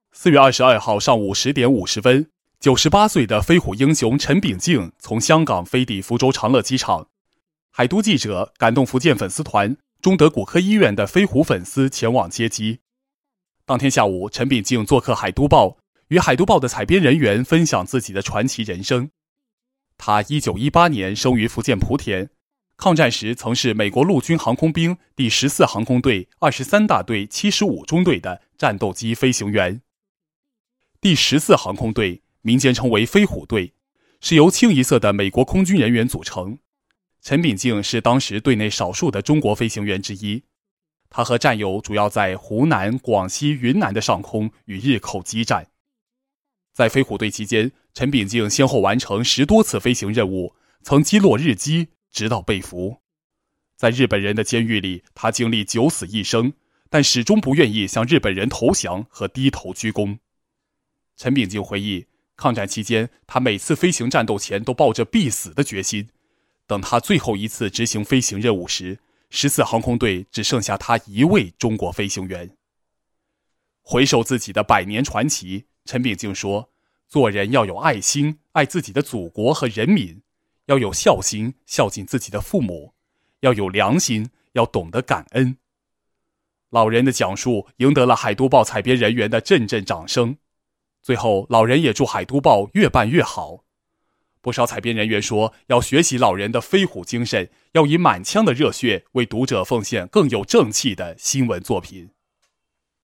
4月22号上午10点50分，98岁的飞虎英雄陈炳敬从香港飞抵福州长乐机场。海都记者感动福建粉丝团、中德骨科医院的飞虎粉丝前往接机。当天下午，陈炳敬做客海都报，与海都报的采编人员分享自己的传奇人生。他1918年生于福建莆田，抗战时曾是美国陆军航空兵第14航空队23大队75中队的战斗机飞行员。第14航空队民间称为飞虎队，是由清一色的美国空军人员组成。陈炳敬是当时队内少数的中国飞行员之一，他和战友主要在湖南、广西、云南的上空与日寇激战。在飞虎队期间，陈炳敬先后完成10多次飞行任务，曾击落日机，直到被俘。在日本人的监狱里，他经历9死1生，但始终不愿意向日本人投降和低头鞠躬。陈炳敬回忆，抗战期间，他每次飞行战斗前都抱着必死的决心。等他最后一次执行飞行任务时，14航空队只剩下他一位中国飞行员。回首自己的100年传奇，陈炳敬说，做人要有爱心，爱自己的祖国和人民，要有孝心，孝敬自己的父母，要有良心，要懂得感恩。老人的讲述赢得了海都报采编人员的阵阵掌声。最后，老人也祝海都报越办越好。不少采编人员说，要学习老人的飞虎精神，要以满腔的热血为读者奉献更有正气的新闻作品。